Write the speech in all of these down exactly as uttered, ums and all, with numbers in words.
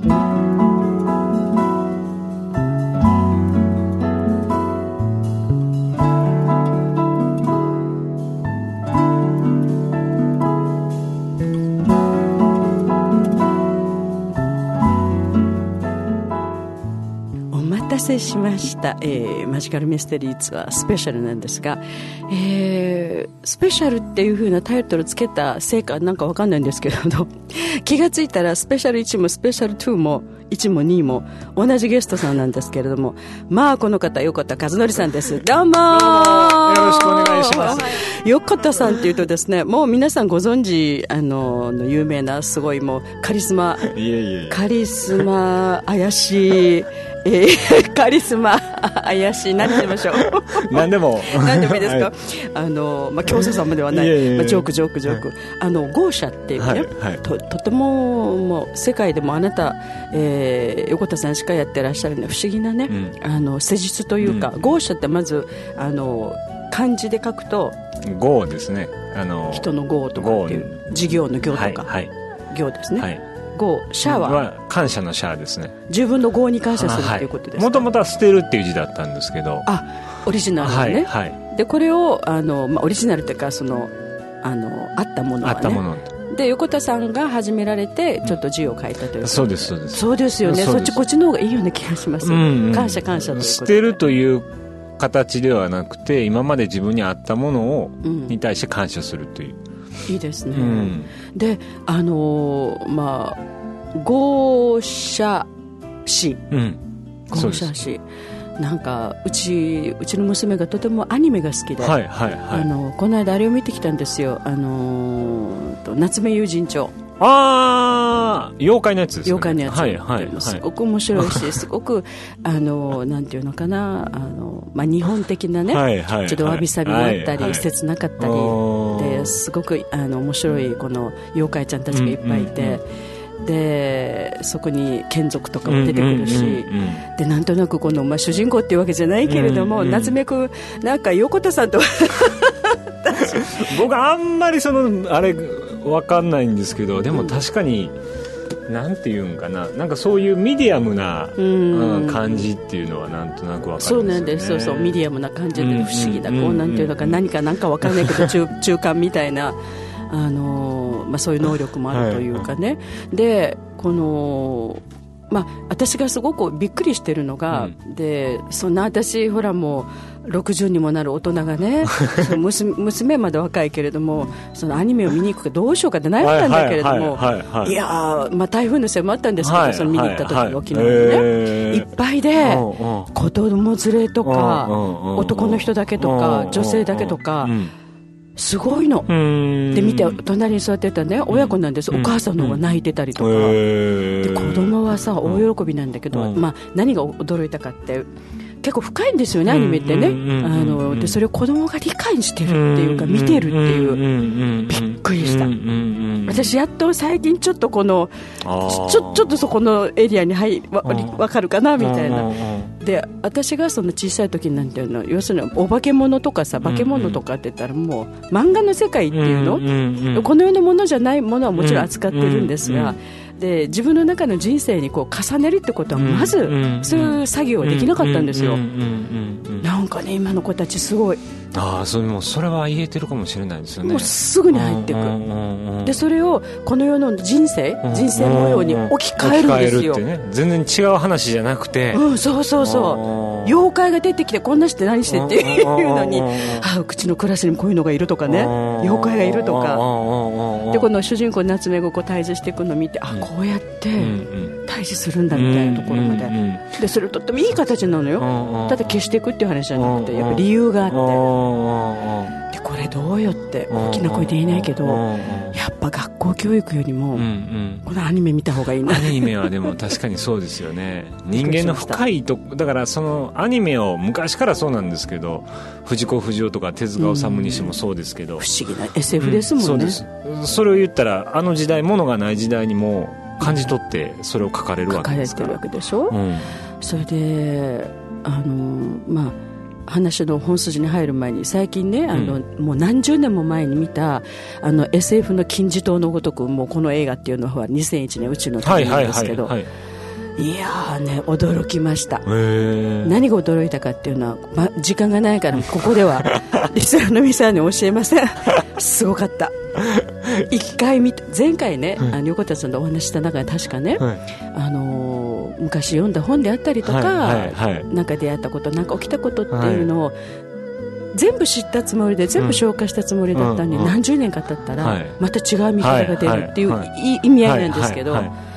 お待たせしました、えー、マジカルミステリーツアースペシャルなんですが、えー、スペシャルっていう風なタイトルつけたせいかなんかわかんないんですけれど気がついたらスペシャルいちもスペシャルにもいちもにも同じゲストさんなんですけれども、まあこの方横田和則さんです。どうもー、 よろしくお願いします。 横田さんっていうとですね、もう皆さんご存知あの有名なすごいもうカリスマいえいえカリスマ怪しいえー、カリスマ怪しい何て言いましょう何でも何でもいいですか、 はい、 あの、まあ、教祖様ではない、 いえいえ、 まあ、ジョークジョークジョーク、 はい、 あのゴーシャっていうね、 はいはい、 と, とてももう世界でもあなた、えー、横田さんしかやってらっしゃる、ね、不思議なね、うん、あの施術というか、うん、ゴーシャってまずあの漢字で書くとゴーですね、あの人のゴーとかっていう事業の業とか、はいはい、業ですね、はい、ゴーシャワーは感謝のシャーですね。 自分のゴーに感謝するということですか。 もともとは捨てるっていう字だったんですけど、 あ、オリジナルのね、はいはい、でこれをあの、まあ、オリジナルというかそのあのあったものはね、あったもので横田さんが始められてちょっと字を書いたという、うん、 そうですそうですそうですよね。そっちこっちの方がいいような気がします、うんうん、感謝感謝ということで捨てるという形ではなくて今まで自分にあったものを、うん、に対して感謝するという。 いいですね、うん、であのー、まあゴーシャ氏、うん、ゴーシャ氏なんかうちうちの娘がとてもアニメが好きで、はいはいはい、あのこの間あれを見てきたんですよ、あのー、夏目友人帳。 ああ、妖怪のやつですね。 妖怪のやつ、 はいはいはい、 すごく面白いしすごくあのなんていうのかな、あの、まあ、日本的なね、はいはいはい、ちょっとわびさびがあったり、はいはい、切なかったりですごくあの面白いこの妖怪ちゃんたちがいっぱいいて、うんうんうん、でそこに眷属とかも出てくるし、うんうんうんうん、でなんとなくこの、まあ、主人公っていうわけじゃないけれども、うんうん、夏目くんなんか横田さんと僕あんまりそのあれ分かんないんですけど、でも確かに、うん、なんていうんかな、なんかそういうミディアムな、うん、感じっていうのはなんとなく分かりますよね。 そうなんです、そうそう、ミディアムな感じで不思議な、うん、こうなんていうのか、何かなんか分かんないけど 中, 中間みたいなあの、まあ、そういう能力もあるというかね、はい、でこのまあ、私がすごくびっくりしてるのが、うん、でそんな私ほらもうろくじゅうにもなる大人がねその 娘, 娘まで若いけれどもそのアニメを見に行くかどうしようかって悩んだんだけれども、いや、まあ、台風のせいもあったんですけど、はい、その見に行った時に沖縄のね、えー、いっぱいで子供連れとか男の人だけとか女性だけとかすごいので見て隣に座ってたね親子なんです、うん、お母さんの方が泣いてたりとか、うん、で子供はさ大喜びなんだけど、うんまあ、何が驚いたかって結構深いんですよね、アニメってね、あのでそれを子供が理解してるっていうか見てるっていうびっくりした。私やっと最近ちょっとこのちょ、ちょっとそこのエリアに入わ分かるかなみたいな。で私がその小さい時なんていうの要するにお化け物とかさ化け物とかって言ったらもう漫画の世界っていうの、この世のものじゃないものはもちろん扱ってるんですが、で自分の中の人生にこう重ねるってことはまずそういう作業はできなかったんですよ。なんかね今の子たちすごい、 ああ、それもそれは言えてるかもしれないですよね。 もうすぐに入っていく。でそれをこの世の人生人生模様に置き換えるんですよ。 置き換えるってね、全然違う話じゃなくて、 うん、そうそうそう、妖怪が出てきてこんなして何してっていうのに、あ、うちのクラスにもこういうのがいるとかね、妖怪がいるとかで、この主人公の夏目がこう対峙していくのを見て、あ、こうやって対峙するんだみたいなところまで、でそれとってもいい形なのよ。ただ消していくっていう話じゃなくて、やっぱり理由があって、でこれどうよって大きな声で言えないけど、やっぱ学校教育よりもこのアニメ見た方がいいな。 アニメはでも確かにそうですよね。人間の深いとだからそのアニメを昔からそうなんですけど、藤子不二雄とか手塚治虫にしてもそうですけど、 不思議な エスエフ ですもんね、 うん、そうです。それを言ったらあの時代物がない時代にも感じ取ってそれを書かれるわけですから、 書かれてるわけでしょ、うん、それであのまあ話の本筋に入る前に最近ね、あの、うん、もう何十年も前に見たあの エスエフ の金字塔のごとく、もうこの映画っていうのはにせんいちねんうちの旅なんですけど、 いやーね、驚きました。 へ何が驚いたかっていうのは、ま、時間がないからここではリスナーの皆さんに教えません。すごかった。一回見て、前回ね、はい、あの横田さんとお話した中で確かね、はい、あのー、昔読んだ本であったりとか、はいはいはい、なんか出会ったこと、なんか起きたことっていうのを、はい、全部知ったつもりで全部消化したつもりだったのに、うん、何十年か経ったら、はい、また違う見方が出るっていう、はいはい、意味合いなんですけど、はいはいはい、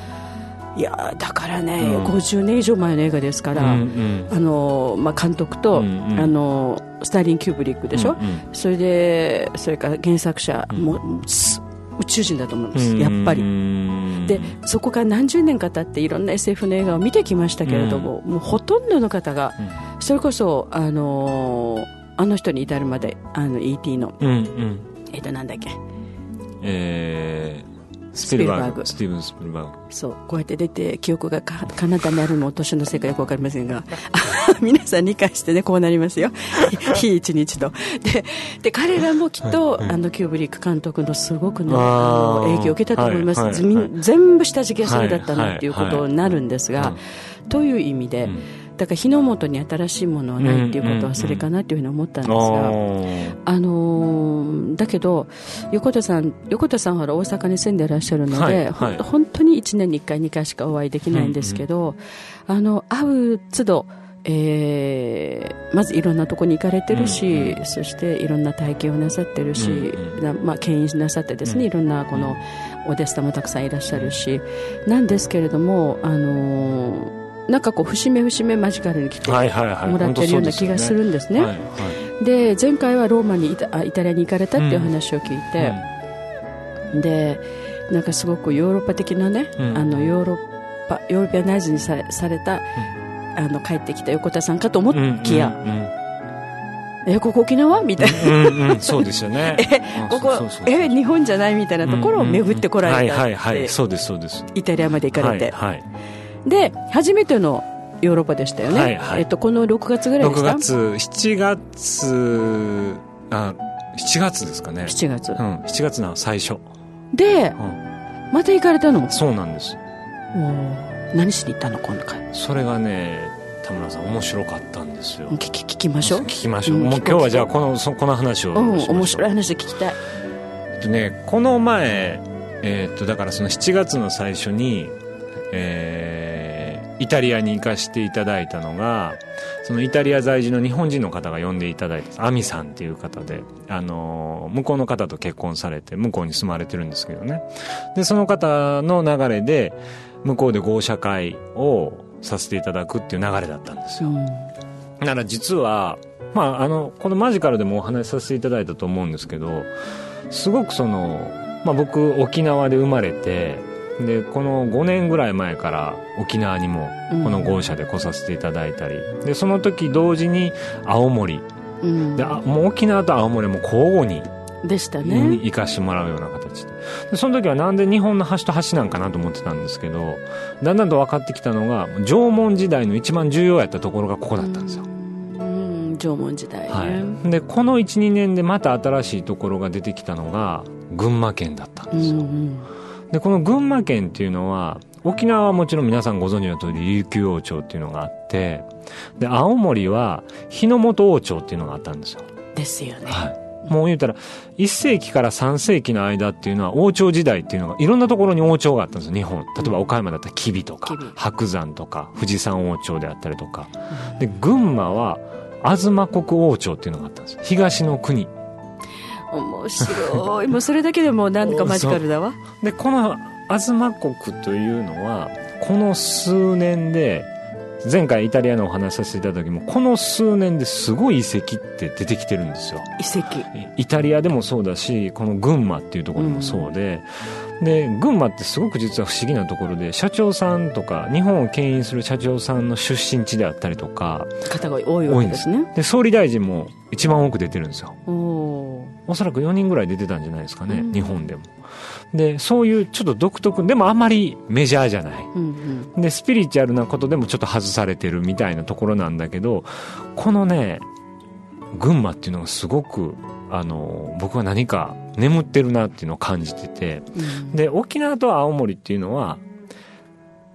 いやだからね、うん、ごじゅうねん以上前の映画ですから、うんうん、あのまあ、監督と、うんうん、あのスターリン・キューブリックでしょ、うんうん、それでそれから原作者も、うん、宇宙人だと思うんです、やっぱり。でそこから何十年か経っていろんな エスエフ の映画を見てきましたけれども、うん、もうほとんどの方が、うん、それこそあのあの人に至るまであの イーティー の、うんうん、えっとなんだっけ、えースピルバーグ、スティーブン・スピルバーグ。そう、こうやって出て記憶がか彼方になるのも年のせいかよく分かりませんが皆さん理解してね、こうなりますよ日一日と で, で彼らもきっと、はいはい、あのキューブリック監督のすごくのあの影響を受けたと思います、はいはいはい、全部下敷きがそれだったなっていうことになるんですが、はいはいはい、という意味で、うんだから火の元に新しいものはないっていうことはそれかなっていうふうに思ったんですが、うんうんうん、あのー、だけど横田さん横田さんは大阪に住んでいらっしゃるので、はいはい、本当にいちねんにいっかいにかいしかお会いできないんですけど、うんうん、あの会う都度、えー、まずいろんなところに行かれてるし、うんうん、そしていろんな体験をなさってるし、うんうんまあ、牽引なさってですね、いろんなこのお弟子さんもたくさんいらっしゃるしなんですけれども、あのーなんかこう節目節目マジカルに来てもらってるような気がするんですね。はいはいはい、で前回はローマにイ タ, イタリアに行かれたっていう話を聞いて、うん、でなんかすごくヨーロッパ的なね、うん、あのヨーロッパヨーロピアナイズにさ れ, された、うん、あの帰ってきた横田さんかと思いきや、うんうんうんえここ沖縄みたいな、うんうん、 そうですよねえここそうそうそうえ日本じゃないみたいなところを巡ってこられたって、 そうですそうです、 イタリアまで行かれて、 はいはいで初めてのヨーロッパでしたよね、はいはいえっと、このろくがつぐらいでした。 ろくがつしちがつあしちがつですかね。 しちがつ、うん、 しちがつの最初で、うん、また行かれたの。 そうなんです。 お何しに行ったの今回。 それがね田村さん面白かったんですよ。 聞き、聞きましょう聞きましょう、うん、もう今日はじゃあこの、そこの話をしましょう、うん、 面白い話聞きたい。 えっとねこの前、えー、っとだからそのしちがつの最初にえー、イタリアに行かせていただいたのがそのイタリア在住の日本人の方が呼んでいただいたアミさんっていう方で、あのー、向こうの方と結婚されて向こうに住まれてるんですけどね。でその方の流れで向こうで合社会をさせていただくっていう流れだったんですよ、うん、だから実は、まあ、あのこのマジカルでもお話しさせていただいたと思うんですけどすごくその、まあ、僕沖縄で生まれてでこのごねんぐらい前から沖縄にもこの豪社で来させていただいたり、うん、でその時同時に青森、うん、であもう沖縄と青森も交互にでしたね行かしてもらうような形 で, でその時はなんで日本の端と端なんかなと思ってたんですけどだんだんと分かってきたのが縄文時代の一番重要やったところがここだったんですよ。 うん縄文時代ね、 はい、でこの いちにねんでまた新しいところが出てきたのが群馬県だったんですよ、うんうんでこの群馬県っていうのは沖縄はもちろん皆さんご存知の通り琉球王朝っていうのがあってで青森は日の本王朝っていうのがあったんですよ。 ですよね、 はい、もう言うたらいっせいきからさんせいきの間っていうのは王朝時代っていうのがいろんなところに王朝があったんですよ日本。例えば岡山だったら吉備とか、うん、白山とか富士山王朝であったりとか、うん、で群馬は東国王朝っていうのがあったんですよ。東の国。 面白いもうそれだけでもなんかマジカルだわでこの東国というのはこの数年で前回イタリアのお話しさせていただいた時もこの数年ですごい遺跡って出てきてるんですよ。 遺跡イタリアでもそうだしこの群馬っていうところもそうで、うん、で群馬ってすごく実は不思議なところで社長さんとか日本を牽引する社長さんの出身地であったりとか方が多いわけですね。 で総理大臣も一番多く出てるんですよ。おおそらくよにんぐらい出てたんじゃないですかね、うん、日本でも。でそういうちょっと独特でもあんまりメジャーじゃない、うんうん、でスピリチュアルなことでもちょっと外されてるみたいなところなんだけどこのね群馬っていうのがすごくあの僕は何か眠ってるなっていうのを感じてて、うん、で沖縄と青森っていうのは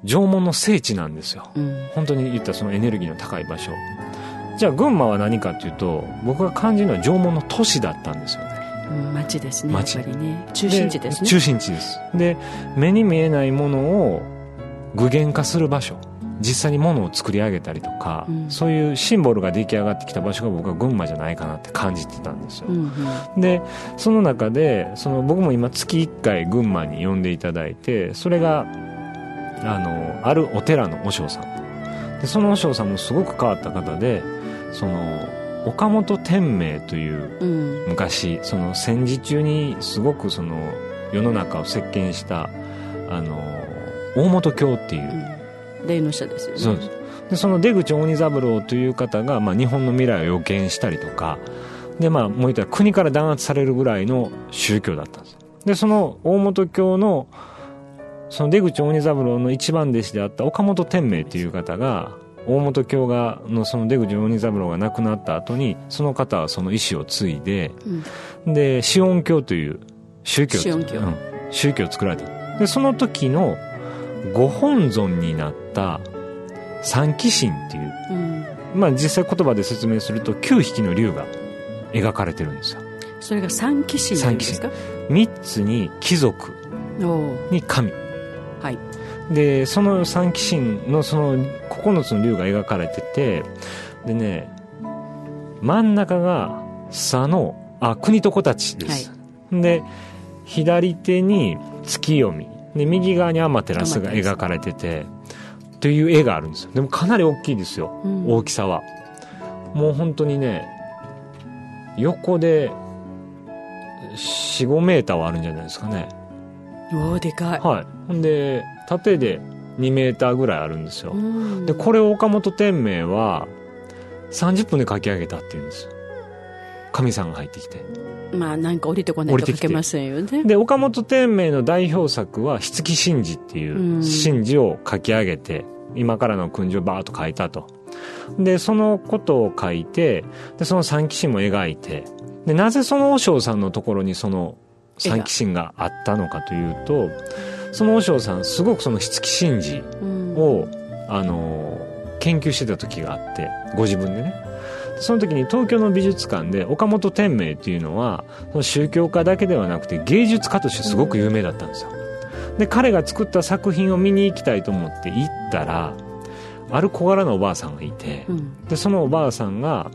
縄文の聖地なんですよ、うん、本当に言ったらそのエネルギーの高い場所。じゃあ群馬は何かというと、僕が感じるのは縄文の都市だったんですよね、 うん、町ですね、やっぱりね、中心地ですね。 中心地です。で目に見えないものを具現化する場所、実際に物を作り上げたりとか、うん、そういうシンボルが出来上がってきた場所が僕は群馬じゃないかなって感じてたんですよ、うんうん、でその中でその僕も今月いっかい群馬に呼んでいただいて、それがあのあるお寺の和尚さんで、その和尚さんもすごく変わった方で、その岡本天明という、うん、昔その戦時中にすごくその世の中を席巻したあの大本教っていう、うん霊能者ですよね。 そうです。でその出口鬼三郎という方が、まあ、日本の未来を予見したりとかで、まあ、もう言ったら国から弾圧されるぐらいの宗教だったんです。でその大本教のその出口鬼三郎の一番弟子であった岡本天明という方が、大本教がのその出口鬼三郎が亡くなった後にその方はその意思を継いで、うん、で四音教という宗教、 四音教、 うん、宗教を作られた。でその時のご本尊になった三鬼神っていう、うん、まあ実際言葉で説明するときゅうひきの竜が描かれてるんですよ。 それが三鬼神なんですか？ みっつに貴族に神、はい、でその三鬼神のそのここのつの竜が描かれてて、でね真ん中が佐野あ国と子たちです、はい、で左手に月読みで右側にアマテラスが描かれててという絵があるんですよ。でもかなり大きいですよ、うん、大きさはもう本当にね横で よん、ごメーターはあるんじゃないですかね。 おーでかい。 はい。で縦でにメーターぐらいあるんですよ。でこれを岡本天明はさんじゅっぷんで描き上げたっていうんですよ。神さんが入ってきて、 まあなんか降りてこないと書けませんよね。 で岡本天明の代表作は七木真治っていう真治を書き上げて、今からの訓示をバーッと書いたと。でそのことを書いて、でその三鬼神も描いて、でなぜその和尚さんのところにその三鬼神があったのかというと、その和尚さんすごくその七木真治を、うん、あの研究してた時があって、ご自分でね。その時に東京の美術館で岡本天明っていうのはその宗教家だけではなくて芸術家としてすごく有名だったんですよ。で彼が作った作品を見に行きたいと思って行ったら、ある小柄なおばあさんがいて、うん、でそのおばあさんが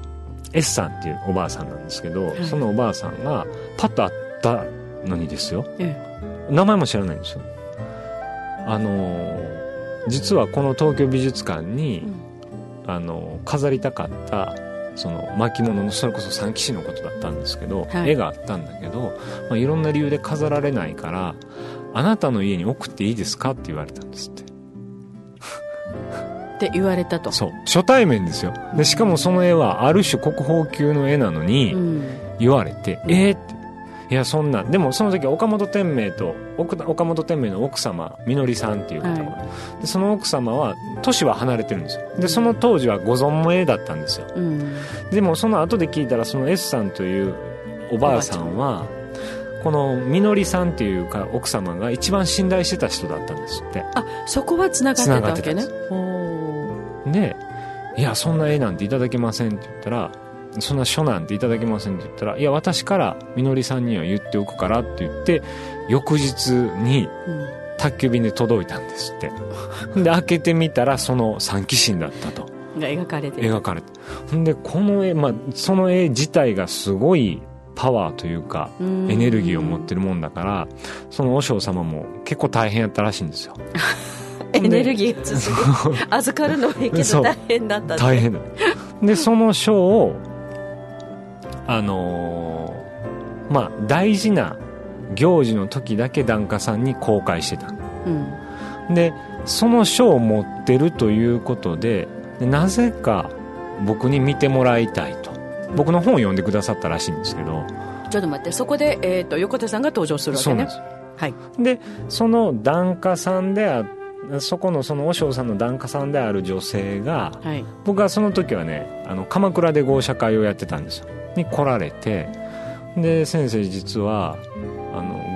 S さんっていうおばあさんなんですけど、はい、そのおばあさんがパッと会ったのにですよ、ええ、名前も知らないんですよ。あの実はこの東京美術館に、うん、あの飾りたかったその巻物のそれこそ三鬼神のことだったんですけど、はい、絵があったんだけど、まあ、いろんな理由で飾られないからあなたの家に送っていいですかって言われたんですってって言われたと。 そう初対面ですよ。でしかもその絵はある種国宝級の絵なのに言われて、うん、えー、っていやそんなでもその時は岡本天明と岡本天明の奥様みのりさんっていう方が、はい、でその奥様は年は離れてるんですよ。でその当時はご存命だったんですよ、うん、でもその後で聞いたらその S さんというおばあさんはこのみのりさんっていうか奥様が一番信頼してた人だったんですって。 あそこはつながってたわけね。 でいやそんな絵なんていただけませんって言ったら、そんな書なんていただけませんって言ったら、いや私からみのりさんには言っておくからって言って翌日に宅急便で届いたんですって、うん、で開けてみたらその三鬼神だったとが描かれて描かれてほんでこの絵、まあ、その絵自体がすごいパワーというかエネルギーを持ってるもんだから、その和尚様も結構大変やったらしいんですよエネルギーが続く預かるのはいいけど大変だった大変だでその書をあのー、まあ大事な行事の時だけ檀家さんに公開してた、うん、でその書を持ってるということで、でなぜか僕に見てもらいたいと僕の本を読んでくださったらしいんですけど、 ちょっと待ってそこで、えー、と横田さんが登場するわけね。そうなんです、 はい、でその檀家さんであそこのその和尚さんの檀家さんである女性が、はい、僕はその時はねあの鎌倉で豪社会をやってたんですよに来られて、で先生実はあの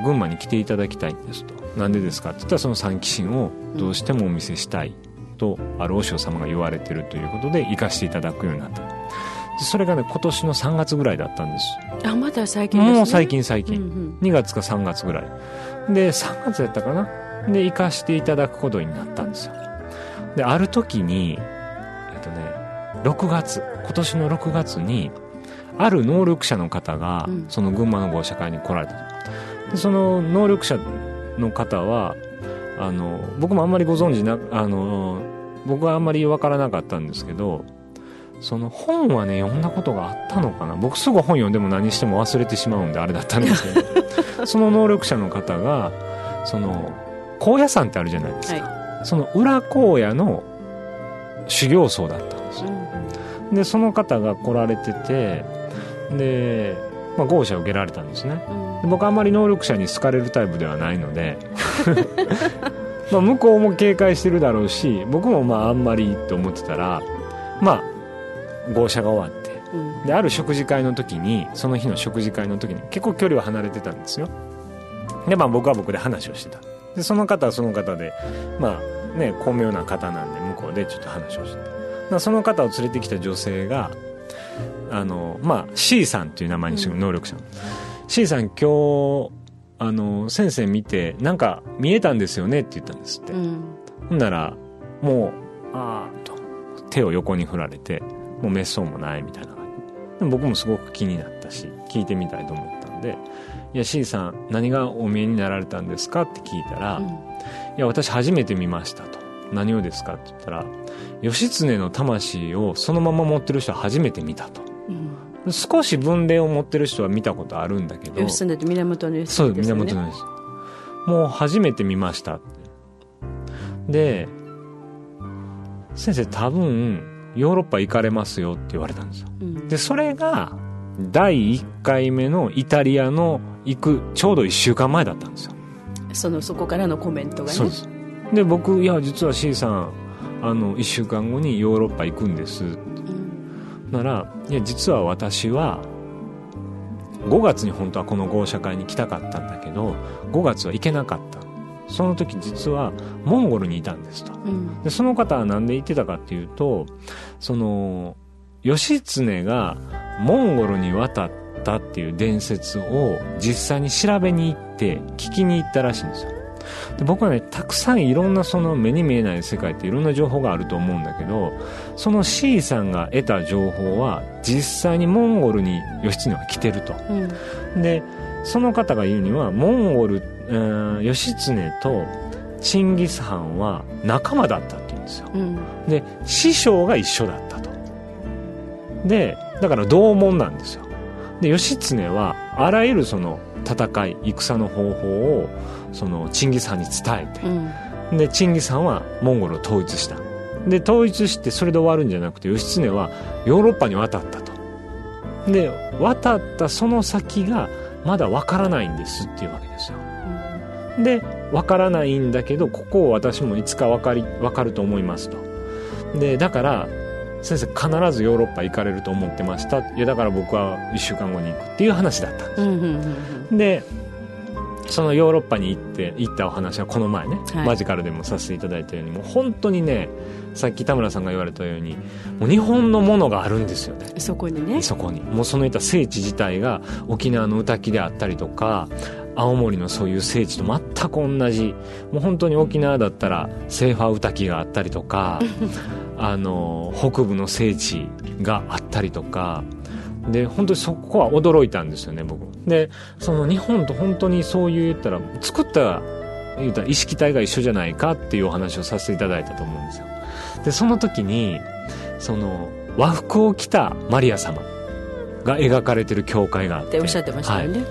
群馬に来ていただきたいんですと。なんでですかって言ったら、その三鬼神をどうしてもお見せしたいとある和尚様が言われてるということで行かせていただくようになった。それがね今年のさんがつぐらいだったんです。 あ、まだ最近ですね。 もう最近最近、 うんうん、 にがつかさんがつぐらいで、さんがつやったかなで行かせていただくことになったんですよ。である時にえっとねろくがつ、今年のろくがつにある能力者の方がその群馬の豪社会に来られた。でその能力者の方はあの僕もあんまりご存知なあの僕はあんまり分からなかったんですけど、その本はね読んだことがあったのかな。僕すぐ本読んでも何しても忘れてしまうんであれだったんですけどその能力者の方がその高野山ってあるじゃないですか、はい、その裏高野の修行僧だったんですよ、うん、でその方が来られてて、で、まあ、豪社を受けられたんですね、うん、僕あんまり能力者に好かれるタイプではないのでまあ向こうも警戒してるだろうし、僕もまああんまりと思ってたら、まあ豪社が終わって、うん、である食事会の時に、その日の食事会の時に結構距離は離れてたんですよ。でまあ僕は僕で話をしてた。でその方はその方でまあね巧妙な方なんで向こうでちょっと話をしてた。その方を連れてきた女性があのまあ C さんっていう名前にしてる能力者、うん、C さん今日あの先生見てなんか見えたんですよねって言ったんですって、うん、ほんならもうあーと手を横に振られて、もう滅相もないみたいな感じで、僕もすごく気になったし聞いてみたいと思ったんで、いや C さん何がお見えになられたんですかって聞いたら、うん、いや私初めて見ましたと。何をですかって言ったら、義経の魂をそのまま持ってる人は初めて見たと、うん、少し分霊を持ってる人は見たことあるんだけど、 義経って源の義経ですね。 そう源の義経、もう初めて見ましたって。で先生多分ヨーロッパ行かれますよって言われたんですよ、うん、でそれがだいいっかいめのイタリアの行くちょうどいっしゅうかんまえだったんですよ。 そのそこからのコメントがね。 そうです。で僕いや実は C さんあのいっしゅうかんごにヨーロッパ行くんです、うん、ならいや実は私はごがつに本当はこの豪社会に来たかったんだけどごがつは行けなかった。その時実はモンゴルにいたんですと、うん、でその方は何で行ってたかっていうと、その義経がモンゴルに渡ったっていう伝説を実際に調べに行って聞きに行ったらしいんですよ。で僕はねたくさんいろんなその目に見えない世界っていろんな情報があると思うんだけど、その C さんが得た情報は実際にモンゴルに義経は来てると、うん、でその方が言うにはモンゴル、うん、義経とチンギス・ハンは仲間だったって言うんですよ、うん、で師匠が一緒だったと。でだから同門なんですよ。で義経はあらゆるその戦い戦の方法をそのチンギス・ハンに伝えて、うん、でチンギス・ハンはモンゴルを統一した。で統一してそれで終わるんじゃなくて義経はヨーロッパに渡ったと。で渡ったその先がまだ分からないんですっていうわけですよ、うん、で分からないんだけどここを私もいつか分かり、分かると思いますと。でだから先生必ずヨーロッパ行かれると思ってました。いやだから僕はいっしゅうかんごに行くっていう話だったんです、うんうんうんうん、でそのヨーロッパに行って行ったお話はこの前ね、はい、マジカルでもさせていただいたようにもう本当にねさっき田村さんが言われたようにもう日本のものがあるんですよね。 そこにねそこにもうそのいった聖地自体が沖縄の御嶽であったりとか青森のそういう聖地と全く同じ。もう本当に沖縄だったらセーファー御嶽があったりとかあの北部の聖地があったりとかで本当にそこは驚いたんですよね僕で。その日本と本当にそういう言ったら作った言ったら意識体が一緒じゃないかっていうお話をさせていただいたと思うんですよ。でその時にその和服を着たマリア様が描かれてる教会があってっておっしゃってましたよね、はい、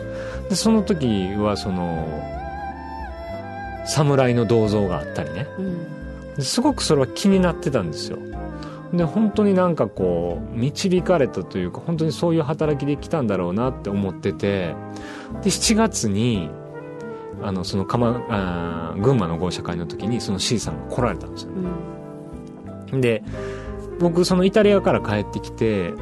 でその時はその侍の銅像があったりね、うん、すごくそれは気になってたんですよ。で本当になんかこう導かれたというか本当にそういう働きで来たんだろうなって思ってて、でしちがつにあのその鎌あ群馬の豪社会の時にその C さんが来られたんですよ、うん、で僕そのイタリアから帰ってきて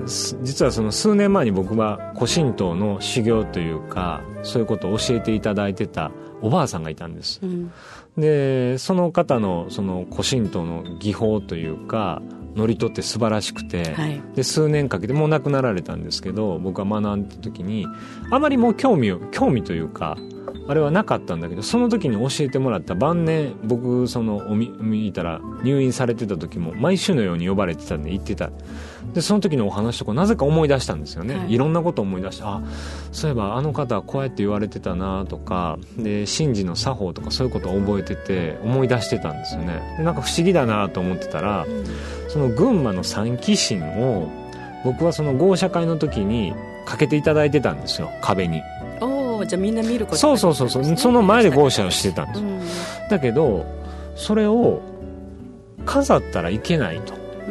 実はその数年前に僕は古神道の修行というかそういうことを教えていただいてたおばあさんがいたんです、うん、でその方のその古神道の技法というか祝詞って素晴らしくて、はい、で数年かけてもう亡くなられたんですけど、僕は学んだ時にあまりもう興味を興味というかあれはなかったんだけど、その時に教えてもらった晩年、僕そのお見見たら入院されてた時も毎週のように呼ばれてたんで行ってた。でその時のお話とかなぜか思い出したんですよね、はい、いろんなことを思い出して、あ、そういえばあの方はこうやって言われてたなとかで、神事の作法とかそういうことを覚えてて思い出してたんですよね。でなんか不思議だなと思ってたら、うん、その群馬の三鬼神を僕はその合社会の時にかけていただいてたんですよ、壁に。 お、じゃあみんな見ること、ね、 そうそうそうそう、その前で合社をしてたんですよ、うん、だけどそれを飾ったらいけないと、うん、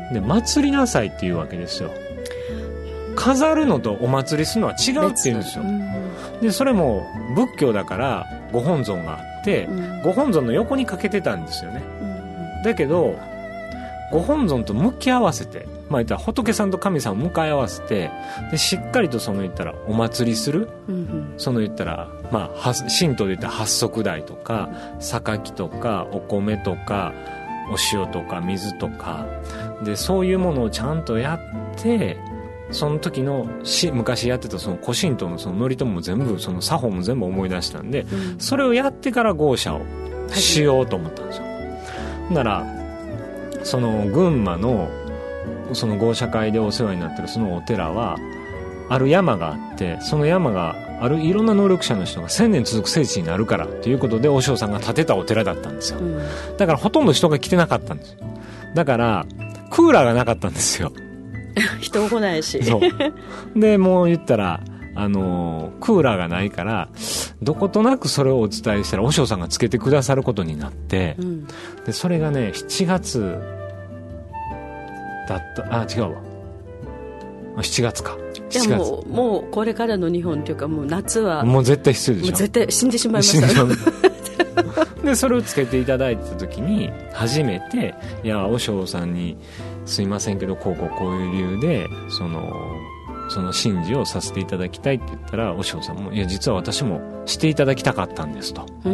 で祭りなさいっていうわけですよ。飾るのとお祭りするのは違うって言うんですよ、うん、でそれも仏教だからご本尊があって、うん、ご本尊の横にかけてたんですよね、うん、だけどご本尊と向き合わせて、まあ、言ったら仏さんと神さんを向かい合わせて、でしっかりとその言ったらお祭りする、うんうん、その言ったら、まあ、神道で言ったら八足台とか榊とかお米とかお塩とか水とかで、そういうものをちゃんとやって、その時のし昔やってたその古神道のその祝詞も全部その作法も全部思い出したんで、うん、それをやってから合社をしようと思ったんですよ。ならその群馬のその合社会でお世話になってるそのお寺はある山があって、その山があるいろんな能力者の人が千年続く聖地になるからということで和尚さんが建てたお寺だったんですよ、うん、だからほとんど人が来てなかったんですよ。だからクーラーがなかったんですよ人も来ないしそうでもう言ったらあのー、クーラーがないからどことなくそれをお伝えしたら和尚さんがつけてくださることになって、うん、でそれがねしちがつだった。あ、違うわ、しちがつか。 いやもう、もうこれからの日本というかもう夏はもう絶対必要でしょ。 もう絶対死んでしまいましたでそれをつけていただいた時に初めて、いや和尚さんにすいませんけどこうこうこういう理由でそのその神事をさせていただきたいって言ったら、和尚さんもいや実は私もしていただきたかったんですと、うん、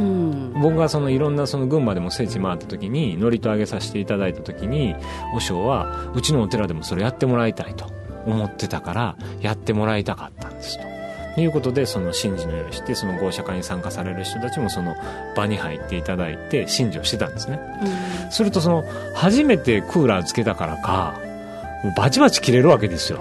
僕がそのいろんなその群馬でも聖地回った時に祝詞とあげさせていただいた時に、和尚はうちのお寺でもそれやってもらいたいと思ってたからやってもらいたかったんですということで、その神事の用意して、その合社会に参加される人たちもその場に入っていただいて神事をしてたんですね、うん、するとその初めてクーラーつけたからかもうバチバチ切れるわけですよ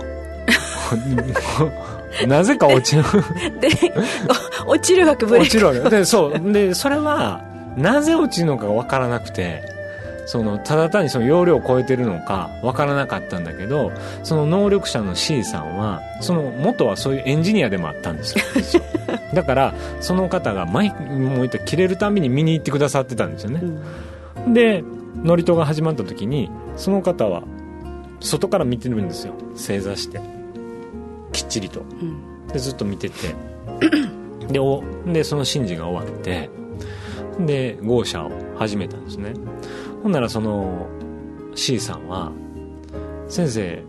なぜか落ちるで落ちるわけブレーキ落ちるわけで、そうでそれはなぜ落ちるのかが分からなくて、そのただ単にその容量を超えてるのか分からなかったんだけど、その能力者の C さんはその元はそういうエンジニアでもあったんですよだからその方が毎もう言ったら切れるたびに見に行ってくださってたんですよね、うん、で祝詞が始まった時にその方は外から見てるんですよ、正座してきっちりと、うん、でずっと見ててでおでその神事が終わってで合社を始めたんですね。ほんならその C さんは先生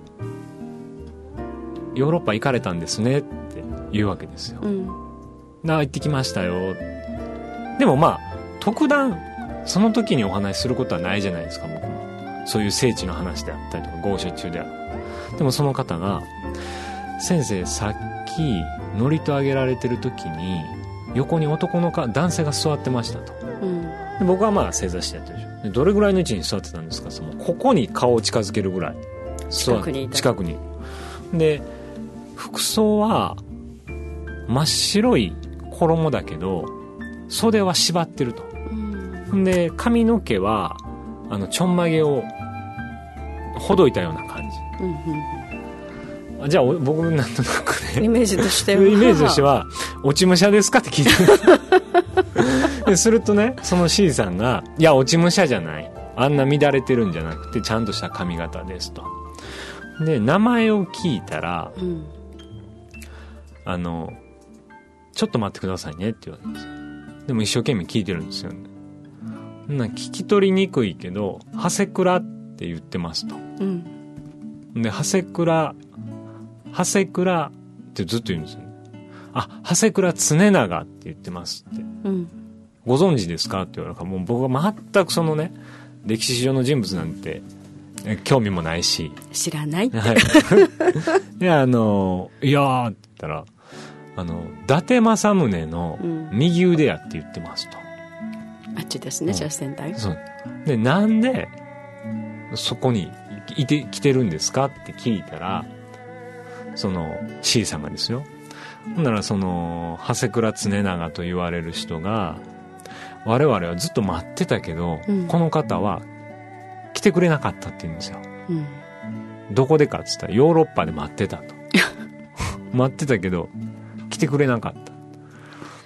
ヨーロッパ行かれたんですねって言うわけですよ、うん、な行ってきましたよ。でもまあ特段その時にお話しすることはないじゃないですか、僕もそういう聖地の話であったりとか合社中である。でもその方が先生さっき祝詞あげられてる時に横に男のか男性が座ってましたと、うん、で僕はまあ正座してやってるでしょ。でどれぐらいの位置に座ってたんですか、そのここに顔を近づけるぐらい近くにいた。 近くにで服装は真っ白い衣だけど袖は縛ってると、うん、で髪の毛はあのちょんまげをほどいたような感じ、うんうん、じゃあ僕なんとなくねイメージとしてはイメージとしては落ち武者ですかって聞いてでするとねその C さんがいや落ち武者じゃない、あんな乱れてるんじゃなくてちゃんとした髪型ですと。で名前を聞いたら、うん、あのちょっと待ってくださいねって言われるんですよ。でも一生懸命聞いてるんですよね。な聞き取りにくいけど長谷倉って言ってますと、うん、 で長谷倉長谷倉ってずっと言うんですよね。あ、長谷倉常長って言ってますって、うん、ご存知ですかって言われるから、もう僕は全くそのね歴史上の人物なんて興味もないし知らないって、 はい、であのいやーって言ったらあの伊達政宗の右腕やって言ってますと、 うん、あっちですね、写真台。 そうで、なんでそこにいて来てるんですかって聞いたら、その C さんがですよ、ほんならその長谷倉常長と言われる人が、我々はずっと待ってたけど、うん、この方は来てくれなかったって言うんですよ、うん、どこでかって言ったらヨーロッパで待ってたと待ってたけど来てくれなかった。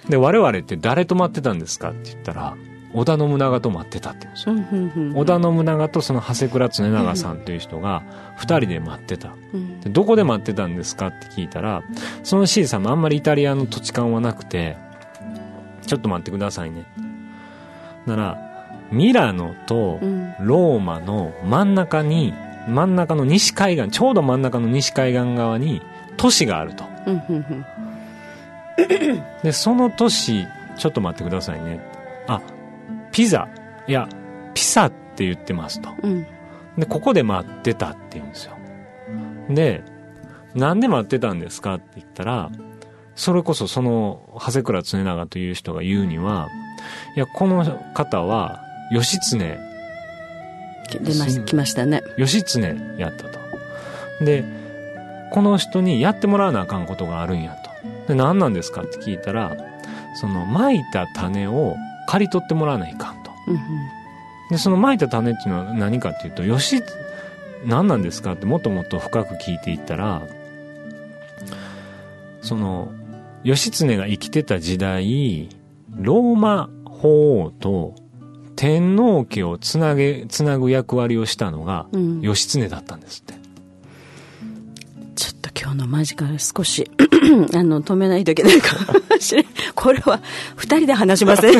で、我々って誰と待ってたんですかって言ったら、織田信長と待ってたって言うんですよ、うんうんうんうん、織田信長とその長谷倉常長さんという人がふたりで待ってた、うん、でどこで待ってたんですかって聞いたら、その C さんもあんまりイタリアの土地勘はなくて、ちょっと待ってくださいねなら、ミラノとローマの真ん中に、真ん中の西海岸、ちょうど真ん中の西海岸側に都市があると、うんうんうん、でその都市ちょっと待ってくださいね、あ、ピザ、いやピサって言ってますと、うん、でここで待ってたって言うんですよ。で、なんで待ってたんですかって言ったら、それこそその長谷倉常長という人が言うには、いやこの方は義経出まし来ましたね、 義経やったと。でこの人にやってもらわなあかんことがあるんやと。で何なんですかって聞いたら、その蒔いた種を刈り取ってもらわないかんと、うんうん、でその蒔いた種っていうのは何かっていうと、義何なんですかってもっともっと深く聞いていったら、その義経が生きてた時代、ローマ法王と天皇家をつなげつなぐ役割をしたのが義経だったんですって、うん、 ちょっと今日の間近で少しあの止めないといけないかもしれない。これはふたりで話しません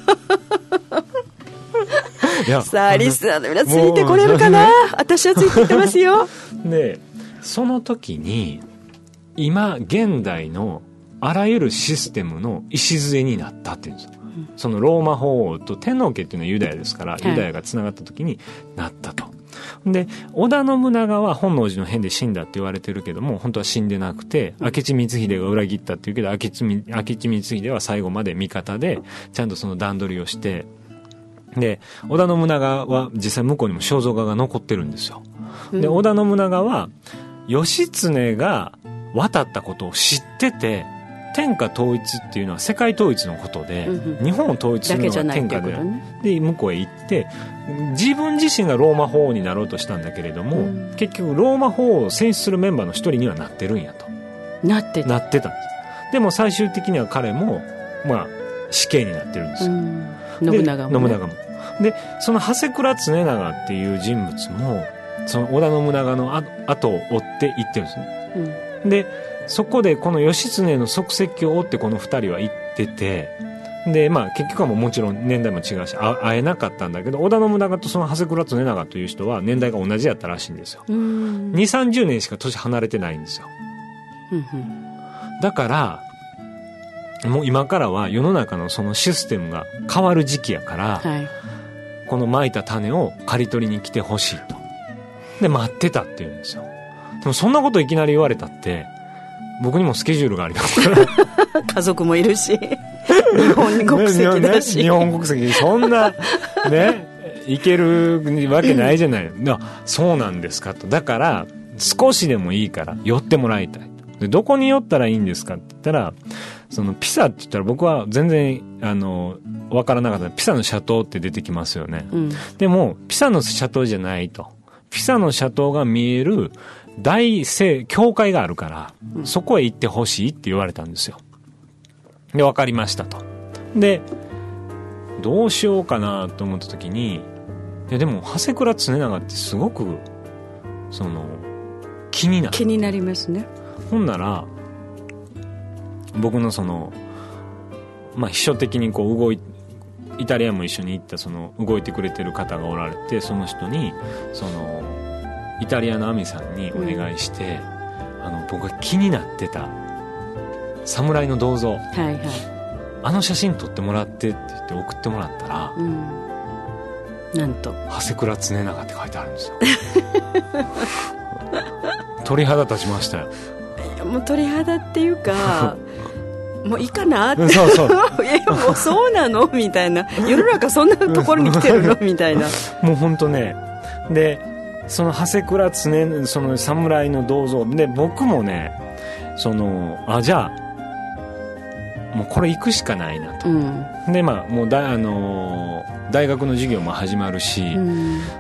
さあリスナーの皆さんついてこれるかな、私はついていってますよでその時に今現代のあらゆるシステムの礎になったっていうんですよ、うん、そのローマ法王と天皇家っていうのはユダヤですから、はい、ユダヤがつながった時になったと。で織田信長は本能寺の変で死んだって言われてるけども、本当は死んでなくて、明智光秀が裏切ったっていうけど、明智明智光秀は最後まで味方でちゃんとその段取りをして、で織田信長は実際向こうにも肖像画が残ってるんですよ。で織田信長は義経が渡ったことを知ってて、天下統一っていうのは世界統一のことで、うんうん、日本を統一するのが天下で、ね、で向こうへ行って自分自身がローマ法王になろうとしたんだけれども、うん、結局ローマ法王を選出するメンバーの一人にはなってるんやとなってたなってたんです。でも最終的には彼もまあ死刑になってるんですよ、うん、 信長も、ね、 信長もでその長谷倉常長っていう人物もその織田信長の後を追っていってるんですね、うん、でそこでこの義経の足跡を追ってこの二人は行ってて、でまあ結局はもうもちろん年代も違うし会えなかったんだけど、織田信長とその長谷倉常長という人は年代が同じやったらしいんですよ。にじゅう、さんじゅうねんしか年離れてないんですよ。だからもう今からは世の中のそのシステムが変わる時期やから、はい、この蒔いた種を刈り取りに来てほしいと。で待ってたって言うんですよ。でもそんなこといきなり言われたって僕にもスケジュールがありますから家族もいるし日本国籍だし、 ね、日本国籍そんなねいけるわけないじゃない、うん、そうなんですかと。だから少しでもいいから寄ってもらいたいと。でどこに寄ったらいいんですかって言ったら、そのピサって言ったら僕は全然あの分からなかった。ピサの斜塔って出てきますよね、うん、でもピサの斜塔じゃないと。ピサの斜塔が見える大聖教会があるから、うん、そこへ行ってほしいって言われたんですよ。で分かりましたと。でどうしようかなと思った時に、いやでも長谷倉常長ってすごくその気になる気になりますね。 ほんなら僕のそのまあ秘書的にこう動いイタリアも一緒に行ったその動いてくれてる方がおられて、その人にそのイタリアのアミさんにお願いして、うん、あの僕が気になってた侍の銅像、はいはい、あの写真撮ってもらってって言って送ってもらったら、うん、 なんと長谷倉常長って書いてあるんですよ鳥肌立ちましたよ。 いやもう鳥肌っていうかもういいかなってそうそういやもうそうなのみたいな、世の中そんなところに来てるのみたいなもう本当ね。でその長谷倉常その侍の銅像で僕もねそのあじゃあもうこれ行くしかないなと、うん、でまあもうだ、あのー、大学の授業も始まるし、うん、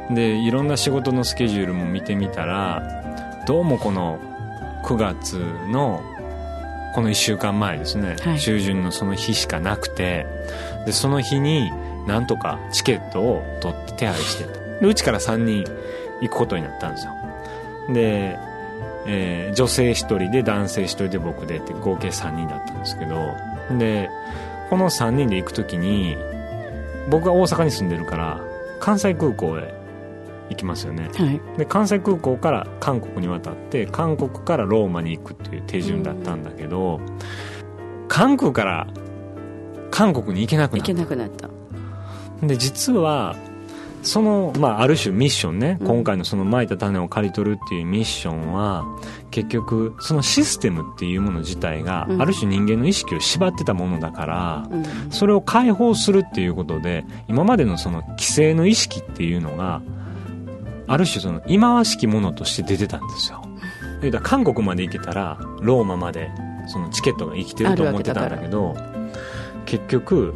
でいろんな仕事のスケジュールも見てみたらどうもこのくがつのこのいっしゅうかんまえですね、はい、中旬のその日しかなくて、でその日になんとかチケットを取って手配してと、でうちからさんにん行くことになったんですよ。で、えー、女性ひとりで男性ひとりで僕でって合計さんにんだったんですけど、でこのさんにんで行くときに僕は大阪に住んでるから関西空港へ行きますよね、はい、で関西空港から韓国に渡って韓国からローマに行くっていう手順だったんだけど、韓国から韓国に行けなくなった。 行けなくなった。 で実はその、まあ、ある種ミッションね、うん、今回のその蒔いた種を刈り取るっていうミッションは結局そのシステムっていうもの自体がある種人間の意識を縛ってたものだから、うん、それを解放するっていうことで今までのその規制の意識っていうのがある種その忌まわしきものとして出てたんですよ。だから韓国まで行けたらローマまでそのチケットが生きてると思ってたんだけど、結局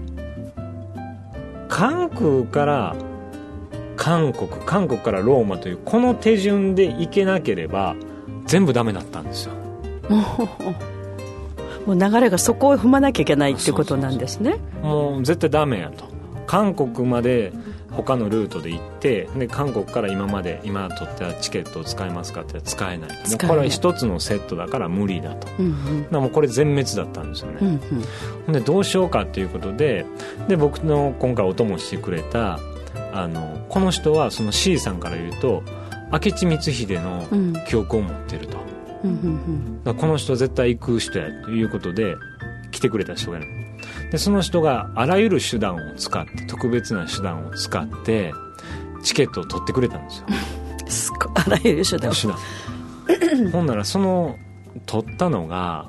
韓国から韓国韓国からローマというこの手順で行けなければ全部ダメだったんですよ。 もう流れがそこを踏まなきゃいけないってことなんですね。 そうそうそう、もう絶対ダメやと。韓国まで他のルートで行ってで韓国から今まで今取ったチケットを使えますかって使えない、もうこれは一つのセットだから無理だと、うんうん、だもうこれ全滅だったんですよね、うんうん、でどうしようかということで、で僕の今回お供してくれたあのこの人はその C さんから言うと明智光秀の記憶を持ってると、うんうんうん、だからこの人絶対行く人やということで来てくれた人がいる。でその人があらゆる手段を使って特別な手段を使ってチケットを取ってくれたんですよすごい、あらゆる手段手段ほんならその取ったのが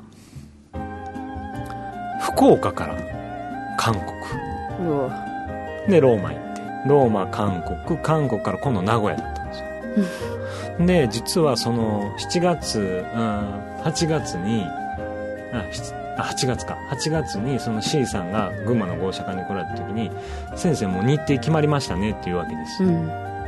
福岡から韓国でローマ行ってローマ韓国韓国から今度名古屋だったんですよで実はそのしちがつ、うん、はちがつにああはちがつかはちがつにその C さんが群馬の豪奢館に来られた時に先生もう日程決まりましたねっていうわけです、うん、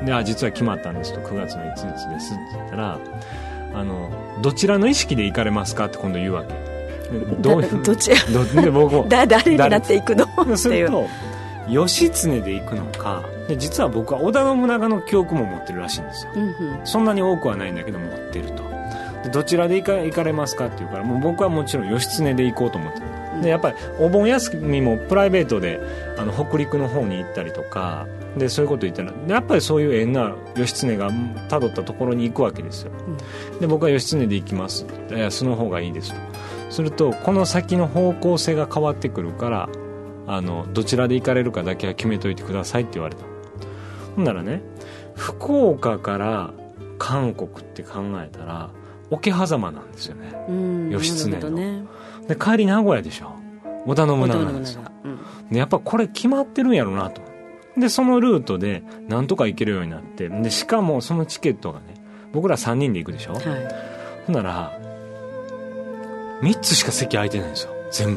であ実は決まったんですとくがつのいついつですって言ったらあのどちらの意識で行かれますかって今度言うわけ。 どうどちらで僕もだ誰になっていくのっていうすると義経で行くのかで実は僕は織田信長の記憶も持ってるらしいんですよ、うんうん、そんなに多くはないんだけど持ってると。でどちらで行か、行かれますかって言うからもう僕はもちろん義経で行こうと思ってる、うん、でやっぱりお盆休みもプライベートであの北陸の方に行ったりとかでそういうこと言ったらやっぱりそういう縁な義経がたどったところに行くわけですよ、うん、で僕は義経で行きますいやその方がいいですとするとこの先の方向性が変わってくるからあのどちらで行かれるかだけは決めといてくださいって言われた。ほんならね福岡から韓国って考えたら桶狭間なんですよね、うん、義経の、ね、で帰り名古屋でしょ織田信長なんですよ、うん、でやっぱこれ決まってるんやろなと。でそのルートでなんとか行けるようになってでしかもそのチケットがね僕らさんにんで行くでしょ、はい、ほんならみっつしか席空いてないんですよ全部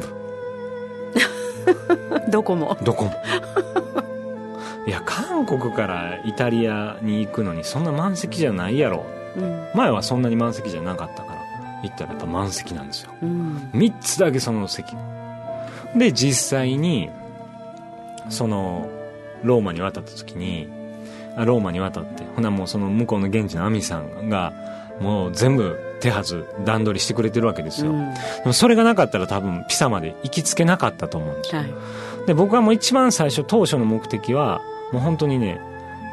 どこもどこもいや韓国からイタリアに行くのにそんな満席じゃないやろ、うん、前はそんなに満席じゃなかったから行ったらやっぱ満席なんですよ、うん、みっつだけその席で実際にそのローマに渡った時にローマに渡ってほなもうその向こうの現地のアミさんがもう全部手はず段取りしてくれてるわけですよ、うん、でもそれがなかったら多分ピサまで行きつけなかったと思うんですよ、はい、で僕はもう一番最初当初の目的はもう本当にね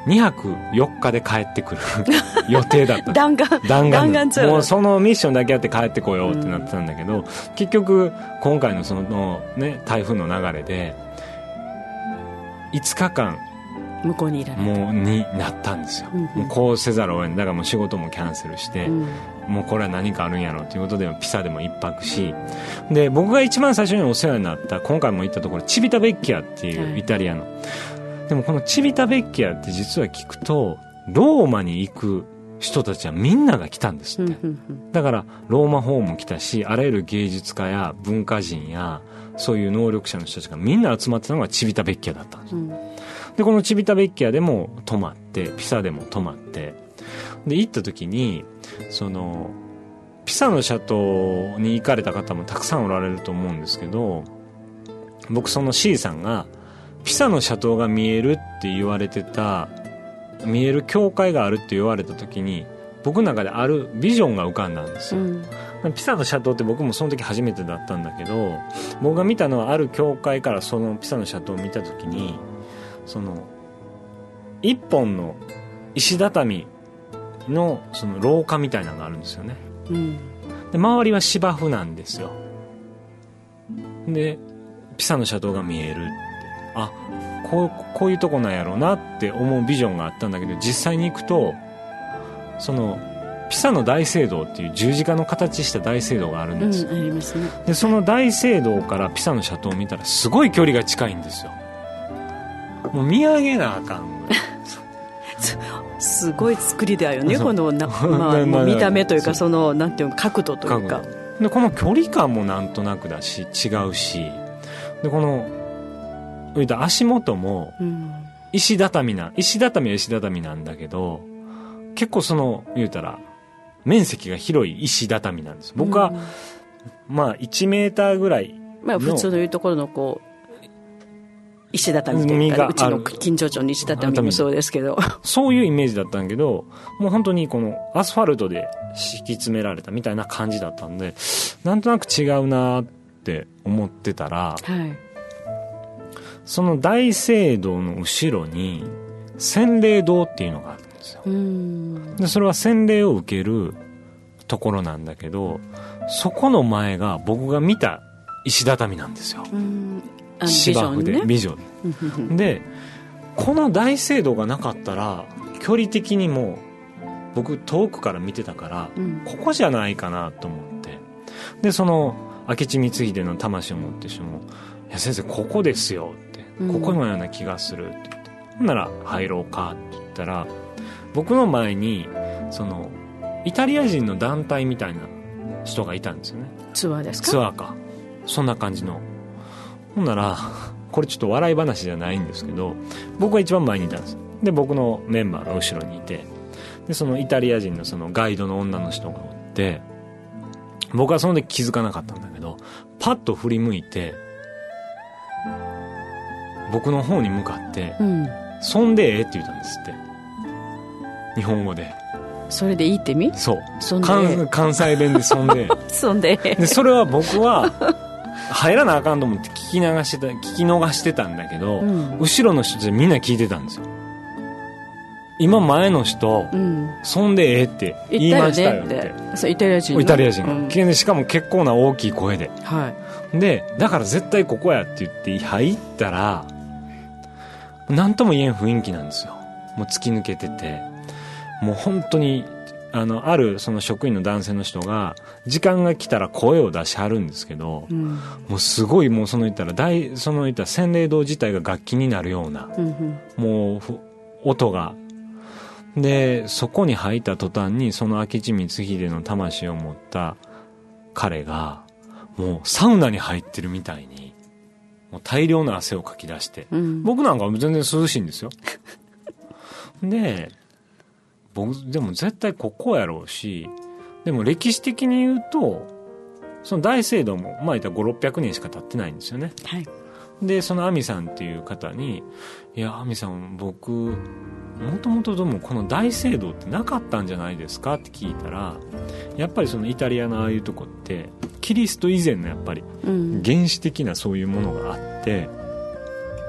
にはくよっかで帰ってくる予定だった弾丸弾丸弾丸ツアーもうそのミッションだけやって帰ってこようってなってたんだけど、うん、結局今回のその、ね、台風の流れでいつかかん向こうにいられたもうになったんですよ、うんうん、もうこうせざるを得ない。だからもう仕事もキャンセルして、うん、もうこれは何かあるんやろうということでピサでも一泊し、で僕が一番最初にお世話になった今回も行ったところチビタベッキアっていうイタリアの、はい、でもこのチビタベッキアって実は聞くとローマに行く人たちはみんなが来たんですって、うんうんうん、だからローマ法も来たし、あらゆる芸術家や文化人やそういう能力者の人たちがみんな集まってたのがチビタベッキアだったんです、うん、でこのチビタベッキアでも泊まってピサでも泊まってで行った時にそのピサのシャトーに行かれた方もたくさんおられると思うんですけど、僕その C さんがピサのシャトーが見えるって言われてた見える教会があるって言われた時に僕の中であるビジョンが浮かんだんですよ、うん、ピサのシャトーって僕もその時初めてだったんだけど、僕が見たのはある教会からそのピサのシャトーを見た時にその一本の石畳 の, その廊下みたいなのがあるんですよね、うん、で周りは芝生なんですよ。でピサのシャトーが見えるって、あこう、こういうとこなんやろうなって思うビジョンがあったんだけど、実際に行くとそのピサの大聖堂っていう十字架の形した大聖堂があるんですよ、 うん、ありますね。 でその大聖堂からピサのシャトーを見たらすごい距離が近いんですよ。もう見上げなあかんすごい作りだよねこのな、まあ、もう見た目というかそのなんていうか角度というかでこの距離感もなんとなくだし違うし、でこの足元も石畳な、石畳は石畳なんだけど結構その言うたら面積が広い石畳なんです。僕は、うん、まあいちメーターぐらいの、 まあ、普通のいうところのこう石畳というかうちの近所町の石畳もそうですけどそういうイメージだったんだけど、もう本当にこのアスファルトで敷き詰められたみたいな感じだったんでなんとなく違うなって思ってたら、はい、その大聖堂の後ろに洗礼堂っていうのがあるんですよ。うんでそれは洗礼を受けるところなんだけど、そこの前が僕が見た石畳なんですよ。うん芝生でビジョンで、この大聖堂がなかったら距離的にも僕遠くから見てたから、うん、ここじゃないかなと思って、でその明智光秀の魂を持ってる人もいや先生ここですよって、うん、ここのような気がするって言って、ほんなら入ろうかって言ったら僕の前にそのイタリア人の団体みたいな人がいたんですよね。 ツアーですか？ ツアーか、そんな感じの。ほんならこれちょっと笑い話じゃないんですけど、僕が一番前にいたんです。で僕のメンバーが後ろにいて、でそのイタリア人のそのガイドの女の人がおって、僕はその時気づかなかったんだけどパッと振り向いて僕の方に向かって「うん、そんでええ」って言ったんですって、日本語で。 それでいいってみ？ そう関、関西弁でそんでそんででそれは僕は入らなあかんと思って聞き流してた聞き逃してたんだけど、うん、後ろの人たちみんな聞いてたんですよ。今前の人、うん、そんでええって言いましたよって。 そうイタリア人のイタリア人が、うん、しかも結構な大きい声で、 はい、 でだから絶対ここやって言って入ったら何とも言えん雰囲気なんですよ。もう突き抜けてて、もう本当にあのあるその職員の男性の人が時間が来たら声を出しはるんですけど、うん、もうすごいもうその言ったら大その言ったら洗礼堂自体が楽器になるような、うん、もう音がで、そこに入った途端にその明智光秀の魂を持った彼がもうサウナに入ってるみたいにもう大量の汗をかき出して、うん、僕なんか全然涼しいんですよで僕でも絶対ここやろうし、でも歴史的に言うとその大聖堂もまあ言ったらごひゃくろっぴゃくねんしか経ってないんですよね、はい、でその亜美さんっていう方にいや亜美さん僕もともとでもこの大聖堂ってなかったんじゃないですかって聞いたら、やっぱりそのイタリアのああいうとこってキリスト以前のやっぱり原始的なそういうものがあって、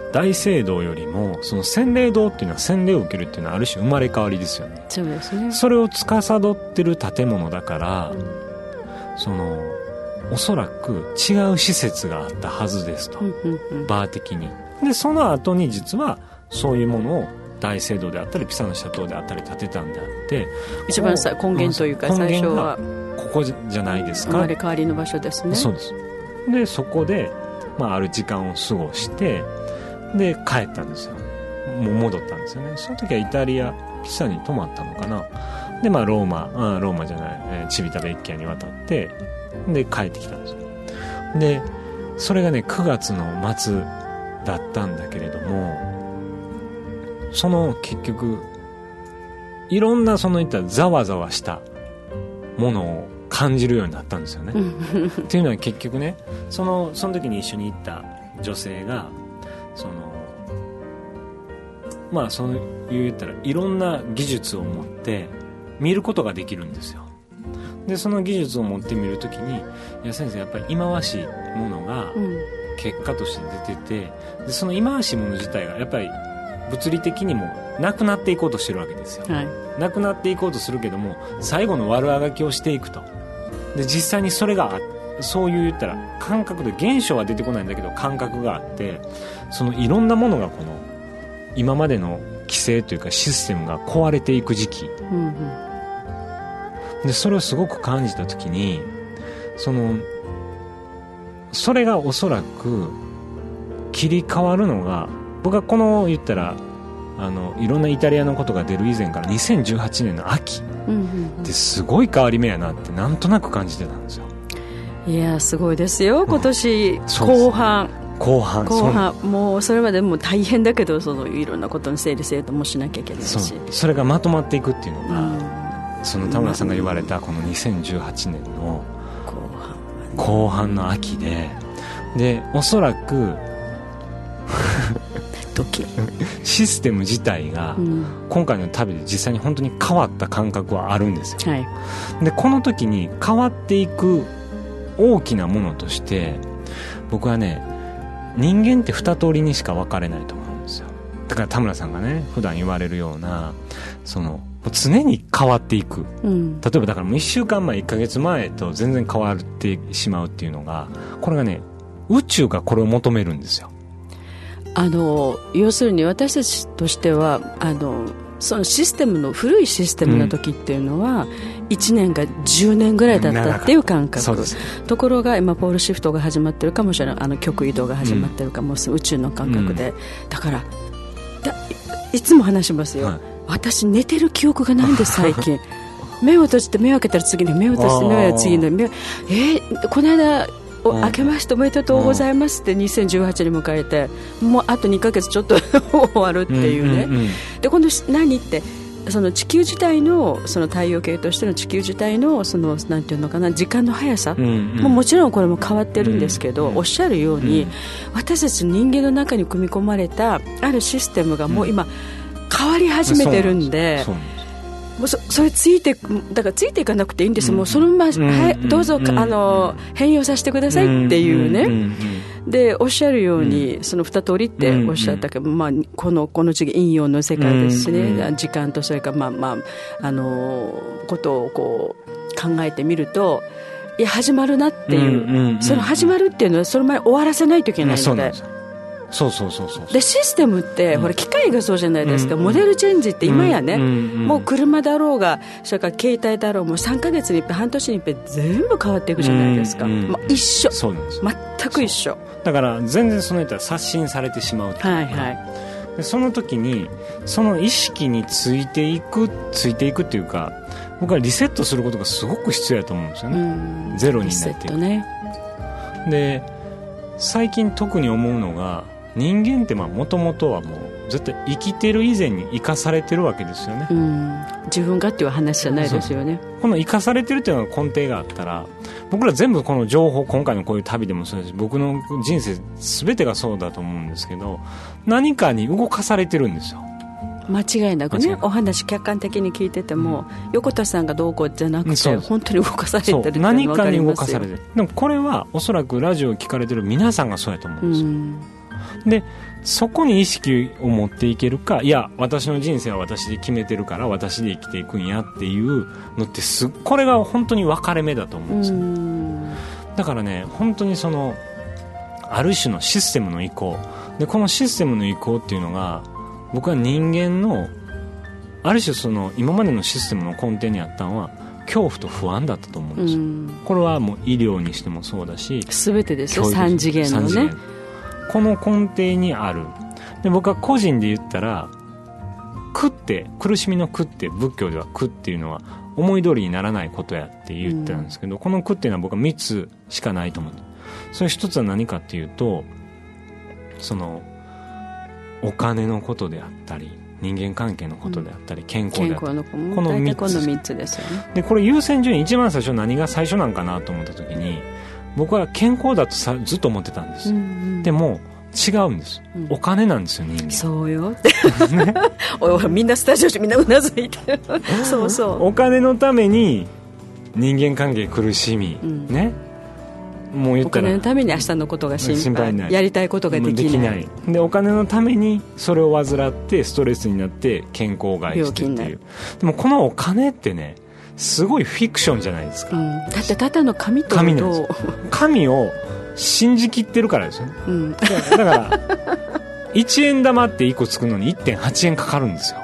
大聖堂よりもその洗礼堂っていうのは洗礼を受けるっていうのはある種生まれ変わりですよね。 そうですね。 それを司ってる建物だから、うん、そのおそらく違う施設があったはずですと、うんうんうん、バー的に。でその後に実はそういうものを大聖堂であったりピサの斜塔であったり建てたんであって、 一番さ根源というか最初はここじゃないですか。 生まれ変わりの場所ですね。 そうです。でそこで、まあ、ある時間を過ごしてで帰ったんですよ。もう戻ったんですよね。その時はイタリアピサに泊まったのかな。でまあローマあローマじゃない、えー、チビタベッキアに渡ってで帰ってきたんですよ。でそれがねくがつの末だったんだけれども、その結局いろんなそのいったざわざわしたものを感じるようになったんですよねっていうのは結局ね、そのその時に一緒に行った女性がそのまあそう言ったらいろんな技術を持って見ることができるんですよ。でその技術を持ってみるときに、いや先生やっぱり忌まわしいものが結果として出てて、でその忌まわしいもの自体がやっぱり物理的にもなくなっていこうとしてるわけですよ、はい、なくなっていこうとするけども最後の悪あがきをしていくと。で実際にそれがそういう言ったら感覚で現象は出てこないんだけど感覚があって、そのいろんなものがこの今までの規制というかシステムが壊れていく時期、うんうん、でそれをすごく感じた時に、そのそれがおそらく切り替わるのが、僕はこの言ったらあのいろんなイタリアのことが出る以前からにせんじゅうはちねんの秋ってすごい変わり目やなってなんとなく感じてたんですよ。 いやすごいですよ今年、うん、後半後半後半もうそれまでもう大変だけど、そのいろんなことの整理整頓もしなきゃいけないし、 そ, それがまとまっていくっていうのが、うん、その田村さんが言われたこのにせんじゅうはちねんの後半、ね、後半の秋で、でおそらくシステム自体が今回の旅で実際に本当に変わった感覚はあるんですよ、はい、でこの時に変わっていく大きなものとして僕はね、人間って二通りにしか分かれないと思うんですよ。だから田村さんがね普段言われるようなその常に変わっていく、うん、例えばだからもういっしゅうかんまえいっかげつまえと全然変わってしまうっていうのが、これがね宇宙がこれを求めるんですよ。 あの要するに私たちとしてはあのそのシステムの古いシステムの時っていうのは、うん、いちねんがじゅうねんぐらいだったっていう感覚、ところが今ポールシフトが始まってるかもしれない、あの極移動が始まってるかも、うん、宇宙の感覚で、うん、だからだ い, いつも話しますよ、はい、私寝てる記憶がないんです最近目を閉じて目を開けたら次に目を閉じて目を開けたら次の目をえー、この間明けましておめでとうございますってにせんじゅうはちねん迎えて、もうあとにかげつちょっと終わるっていうね、うんうんうん、で今度何ってその地球自体のその太陽系としての地球自体のそのなんていうのかな、時間の速さ、うんうん、も, もちろんこれも変わってるんですけど、うんうん、おっしゃるように、うん、私たち人間の中に組み込まれたあるシステムがもう今変わり始めてるんで、うん、もう そ, それついてだからついていかなくていいんです、うん、もうそのまま、うん、はい、どうぞ、うん、あの変容させてくださいっていうね、うんうんうん、でおっしゃるように、うん、その二通りっておっしゃったけど、うんうんまあ、このこの次陰陽の世界ですしね、うんうん、時間とそれからまあまああのことをこう考えてみると、いや始まるなっていう、うんうんうん、その始まるっていうのはその前終わらせないといけないので、 そうそうそうそうでシステムって、うん、ほら機械がそうじゃないですか、うん、モデルチェンジって今やね、うん、もう車だろうがそれから携帯だろうもさんかげつにいっぺん半年にいっぺん全部変わっていくじゃないですか、うんうんまあ、一緒、そうなんです、全く一緒だから全然その人は刷新されてしまうっていう、はいはい、でその時にその意識についていくついていくっていうか、僕はリセットすることがすごく必要だと思うんですよね、うん、ゼロになっていくリセットね。で最近特に思うのが、人間ってもともとはもう絶対生きてる以前に生かされてるわけですよね、うん、 自分がっていう話じゃないですよね。 この生かされてるっていうのが根底があったら、僕ら全部この情報、今回のこういう旅でもそうですし、僕の人生全てがそうだと思うんですけど、何かに動かされてるんですよ。 間違いなくね、お話客観的に聞いてても、うん、横田さんがどうこうじゃなくて本当に動かされてるっていうのが分かりますよ。何かに動かされてる。でもこれはおそらくラジオを聞かれてる皆さんがそうやと思うんですよ、うんでそこに意識を持っていけるか、いや私の人生は私で決めてるから私で生きていくんやっていうのってすこれが本当に分かれ目だと思うんですよ。うんだからね本当にそのある種のシステムの移行で、このシステムの移行っていうのが僕は人間のある種その今までのシステムの根底にあったのは恐怖と不安だったと思うんですよ。うんこれはもう医療にしてもそうだし全てですよ、さん次元のね。 この根底にある。で僕は個人で言ったら苦って苦しみの苦って仏教では苦っていうのは思い通りにならないことやって言ってたんですけど、うん、この苦っていうのは僕はみっつしかないと思う。それ一つは何かっていうとそのお金のことであったり人間関係のことであったり、うん、健康であったりこのみっつ、このみっつですよね。 でこれ優先順位一番最初何が最初なんかなと思った時に僕は健康だとさずっと思ってたんです、うんうん、でも違うんです、うん、お金なんですよ人間。 そうよ、ね、おいみんなスタジオでみんなうなずいてるそうそうお金のために人間関係苦しみ、うん、ねもう言ったらお金のために明日のことが心 配, 心配ないやりたいことができないできないでお金のためにそれを患ってストレスになって健康を害してっていう。でもこのお金ってねすごいフィクションじゃないですか、うん、 だってただの紙と紙なんですよ。紙を信じきってるからですよね、うん、だからいちえん玉っていっこ作るのに いってんはちえんかかるんですよ。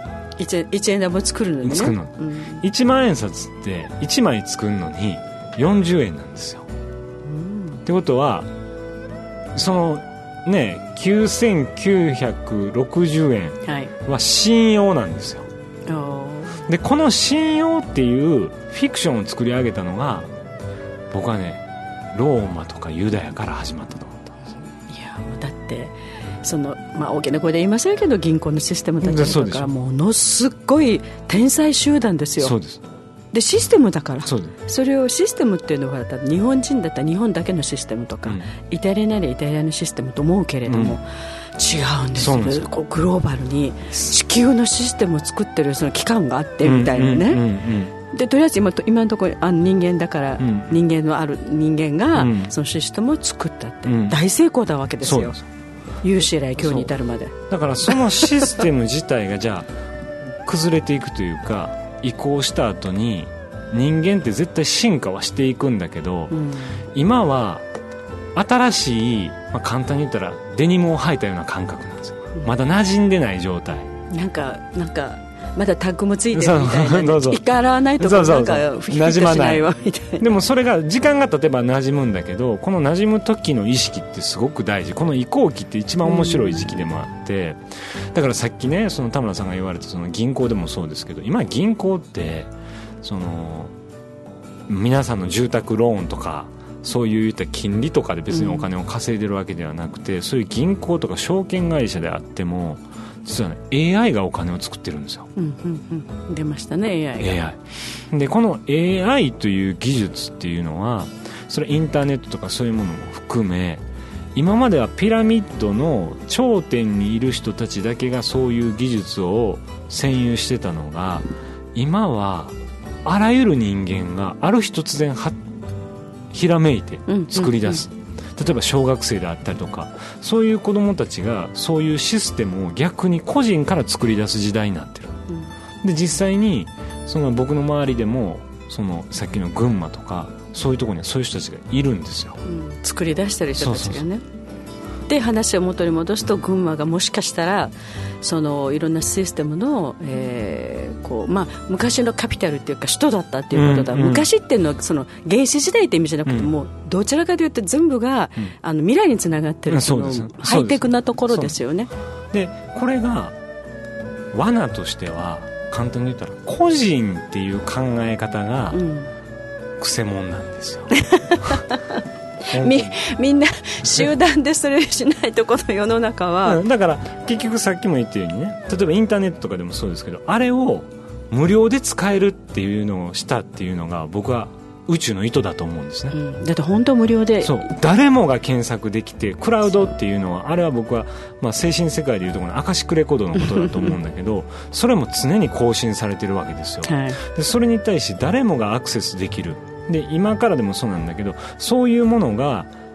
1, いちえん玉作るのにね作るの、うん、いちまん円札っていちまい作るのによんじゅうえんなんですよ、うん、ってことはそのねきゅうせんきゅうひゃくろくじゅうえんは信用なんですよ、はい、でこの信用っていうフィクションを作り上げたのが僕はねローマとかユダヤから始まったと思ったんですよ。 いやもうだってその、まあ、大きな声で言いませんけど銀行のシステムたちだからものすごい天才集団ですよ。 そうです。 でシステムだからそ, それをシステムっていうのは日本人だったら日本だけのシステムとか、うん、イタリアならイタリアのシステムと思うけれども、うん、違うんですよ。ですこうグローバルに地球のシステムを作ってるその機関があってみたいなね、うんうんうんうんでとりあえず 今, 今のところあの人間だから、うん、人間のある人間が、うん、そのシステムを作ったって、うん、大成功だわけですよ。有史以来今日に至るまで。 だからそのシステム自体がじゃあ崩れていくというか移行した後に人間って絶対進化はしていくんだけど、うん、今は新しい、まあ、簡単に言ったらデニムを履いたような感覚なんですよ、うん、まだ馴染んでない状態。 なんかなんかまだタッグもついてるみたいな、ね、そう洗わないとなんかフィットしないわみたいな。 でもそれが時間が経てば馴染むんだけどこの馴染む時の意識ってすごく大事。この移行期って一番面白い時期でもあって、うん、だからさっきねその田村さんが言われたその銀行でもそうですけど今銀行ってその皆さんの住宅ローンとかそういういった金利とかで別にお金を稼いでるわけではなくて、うん、そういう銀行とか証券会社であっても実はね エーアイ がお金を作ってるんですよ、 うんうんうん、出ましたね エーアイ が。 エーアイ でこの エーアイ という技術っていうのはそれインターネットとかそういうものも含め今まではピラミッドの頂点にいる人たちだけがそういう技術を占有してたのが今はあらゆる人間がある日突然はひらめいて作り出す、うんうんうん、例えば小学生であったりとかそういう子どもたちがそういうシステムを逆に個人から作り出す時代になってる、うん、で実際にその僕の周りでもそのさっきの群馬とかそういうところにはそういう人たちがいるんですよ、うん、 作り出してる人たちがね。で話を元に戻すと群馬がもしかしたらそのいろんなシステムの、えーこうまあ、昔のカピタルっていうか首都だったっていうことだ、うんうん、昔っていうのはその原始時代って意味じゃなくて、うん、もうどちらかというと全部が、うん、あの未来につながってるそのハイテクなところですよね。 でこれが罠としては簡単に言ったら個人っていう考え方がくせ者なんですよ、うん、 み, みんな集団でそれをしないとこの世の中は、 うん、だから結局さっきも言ったようにね例えばインターネットとかでもそうですけどあれを無料で使えるっていうのをしたっていうのが僕は宇宙の意図だと思うんですね、うん、 だって本当無料でそう誰もが検索できてクラウドっていうのはあれは僕は、まあ、精神世界でいうところのアカシックレコードのことだと思うんだけどそれも常に更新されてるわけですよ、はい、でそれに対して誰もがアクセスできるで今からでもそうなんだけどそういうものが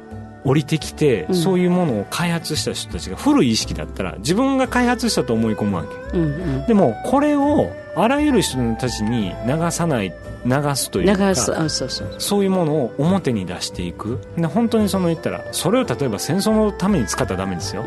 降りてきて、 うん、 そういうものを開発した人たちが古い意識だったら自分が開発したと思い込むわけ、うんうん、でもこれをあらゆる人たちに流さない流すというか流すあそうそう、 そういうものを表に出していく。で本当にその言ったらそれを例えば戦争のために使ったらダメですよ、うん、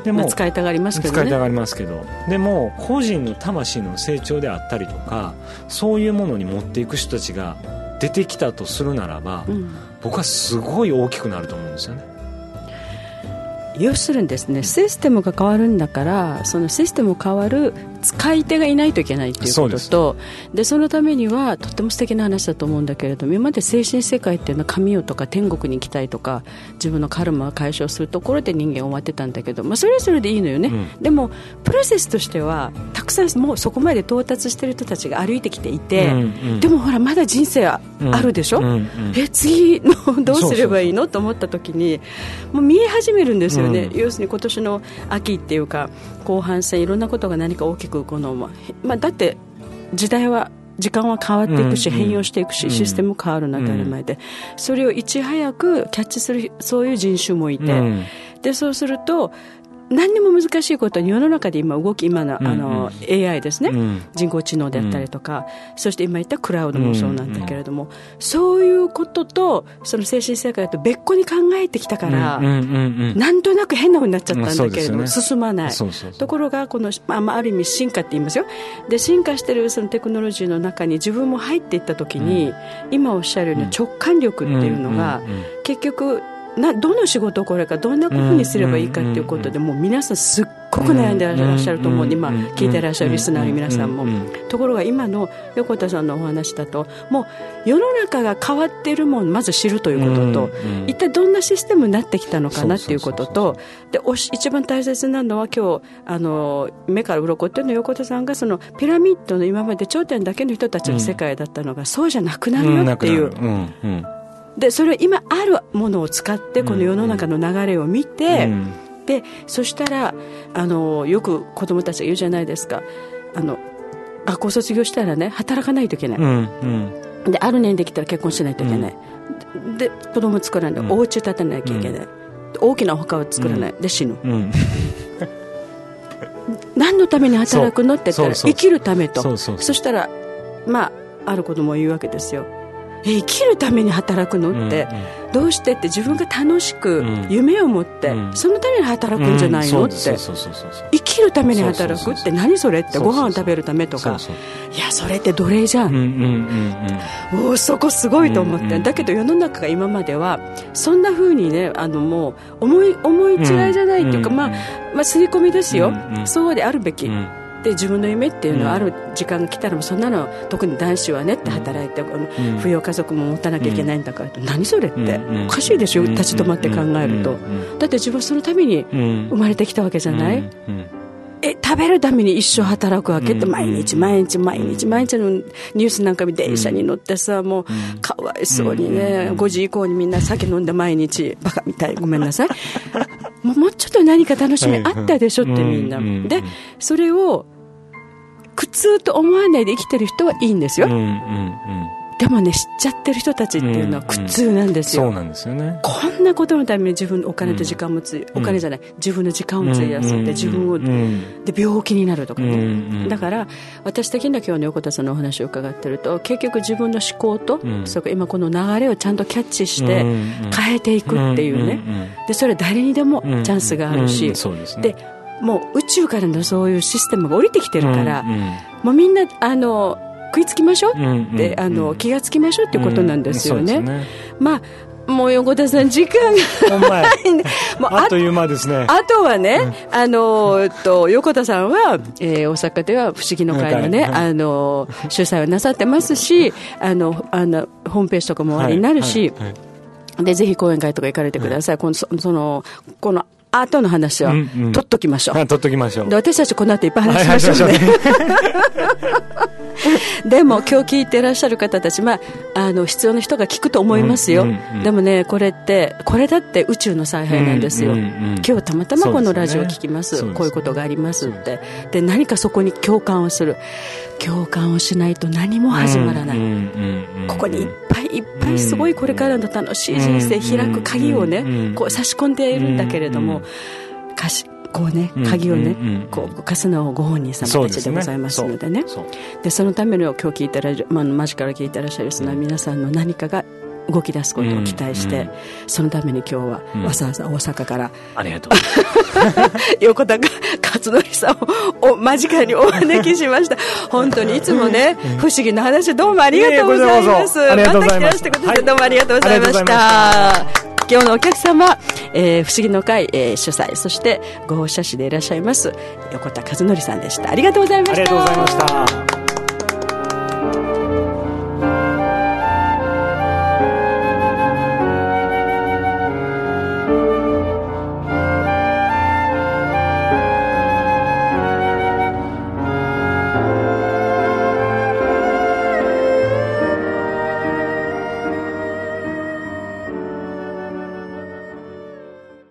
でも、まあ、使いたがりますけどね。 使いたがりますけど、でも個人の魂の成長であったりとかそういうものに持っていく人たちが出てきたとするならば、うん、僕はすごい大きくなると思うんですよね。 要するにですね、システムが変わるんだからそのシステム変わる使い手がいないといけないということと、そでそのためにはとっても素敵な話だと思うんだけれども、今まで精神世界っていうのは神よとか天国に行きたいとか自分のカルマを解消するところで人間終わってたんだけど、まあ、それはそれでいいのよね、うん、でもプロセスとしてはたくさんもうそこまで到達している人たちが歩いてきていて、うんうん、でもほらまだ人生あるでしょ、うんうんうん、え次のどうすればいいのと思った時にもう見え始めるんですよね、うん、要するに今年の秋っていうか後半戦いろんなことが何か大きくこの、まあ、だって時代は時間は変わっていくし、うんうん、変容していくし、システムも変わるのは当たり前で、うん、それをいち早くキャッチするそういう人種もいて、うん、でそうすると何にも難しいことに世の中で今動き今の、あの エーアイ ですね、うん、人工知能であったりとか、うん、そして今言ったクラウドもそうなんだけれども、うんうん、そういうこととその精神世界と別個に考えてきたから、うんうんうん、なんとなく変な風になっちゃったんだけれども、まあそうですよね、進まない。そうそうそう。ところがこの、まあ、ある意味進化って言いますよ。で進化しているそのテクノロジーの中に自分も入っていった時に、うん、今おっしゃるように直感力っていうのが、うんうんうん、結局などの仕事をこれかどんなふうにすればいいかということで、もう皆さんすっごく悩んでいらっしゃると思う、今聞いていらっしゃるリスナーの皆さんも。ところが今の横田さんのお話だと、もう世の中が変わっているものをまず知るということと、一体どんなシステムになってきたのかなということと、で一番大切なのは今日あの目から鱗っていうのは横田さんがそのピラミッドの今まで頂点だけの人たちの世界だったのが、そうじゃなくなるよっていう、でそれは今あるものを使ってこの世の中の流れを見て、うんうん、でそしたらあのよく子供たちが言うじゃないですか、あの学校卒業したらね働かないといけない、うんうん、である年できたら結婚しないといけない、うん、で子供作らない、うん、お家建てなきゃいけない、うん、大きなお墓を作らない、うん、で死ぬ、うん、何のために働くのって言ったら生きるためと。そうそうそう。そしたらまあある子供も言うわけですよ、え生きるために働くのって、うんうん、どうしてって自分が楽しく夢を持って、うん、そのために働くんじゃないのって、生きるために働くって何それって、ご飯を食べるためとか、そうそういやそれって奴隷じゃん、うんうんうんうん、おそこすごいと思って、うんうん、だけど世の中が今まではそんな風にねあのもう思い思い違いじゃないっていうか、うんうんうん、まあ、まあ刷り込みですよ、うんうん、そうであるべき、うんで自分の夢っていうのはある時間が来たらもそんなの特に男子はねって働いて、うん、扶養家族も持たなきゃいけないんだから、うん、何それって、うん、おかしいでしょ、うん、立ち止まって考えると、うん、だって自分はそのために生まれてきたわけじゃない、うんうん、え食べるために一生働くわけって、毎日毎日毎日毎日のニュースなんか見電車に乗ってさ、もうかわいそうにね、ごじ以降にみんな酒飲んで毎日バカみたい、ごめんなさいもう、もうちょっと何か楽しみあったでしょってみんなで、それを苦痛と思わないで生きてる人はいいんですよ、うんうんうん、でもね知っちゃってる人たちっていうのは苦痛なんですよ、うんうん、そうなんですよね。こんなことのために自分のお金と時間もつい、うん、お金じゃない自分の時間を費やすって、うん、自分を、うん、で病気になるとかね、うん、だから私的には今日の横田さんのお話を伺ってると、結局自分の思考と、うん、それから今この流れをちゃんとキャッチして変えていくっていうね、でそれは誰にでもチャンスがあるし、うんうんうん、そうですね。でもう宇宙からのそういうシステムが降りてきてるから、うんうん、もうみんなあの食いつきましょうって、うんうんうん、あの気がつきましょうっていうことなんですよね、うん、ね。まあもう横田さん時間がもう あ, あっという間ですね。あとはね、うん、あのと横田さんは、えー、大阪では不思議の会のね、はい、あの主催をなさってますし、あのあのホームページとかもおありになるし、はいはいはい、でぜひ講演会とか行かれてください、うん、この そ, そのこの後の話は、うんうん、取っときましょう。取っときましょう。で私たちこの後いっぱい話しましょうね。 でも今日聞いていらっしゃる方たち、まあ、あの必要な人が聞くと思いますよ、うんうんうん、でもねこれってこれだって宇宙の采配なんですよ、うんうんうん、今日たまたまこのラジオを聞きます、そうですね、こういうことがありますってで何かそこに共感をする共感をしないと何も始まらない、うんうんうんうん、ここにいっぱいいっぱいすごいこれからの楽しい人生開く鍵をねこう差し込んでいるんだけれども、かしこうね鍵をねこう動かすのはご本人様たちでございますのでね、そでそのための今日聞いてら、まあ、間近から聞いてらっしゃるその皆さんの何かが動き出すことを期待して、うんうん、そのために今日はわざわざ大阪から、うん、 ありがとう横田勝則さんを間近にお招きしました。本当にいつもね不思議な話どうもありがとうございます、えー、また来てらしてください、どうもありがとうございました。今日のお客様、えー、不思議の会、えー、主催そしてご奉仕師でいらっしゃいます横田和則さんでした。ありがとうございました。 ありがとうございました。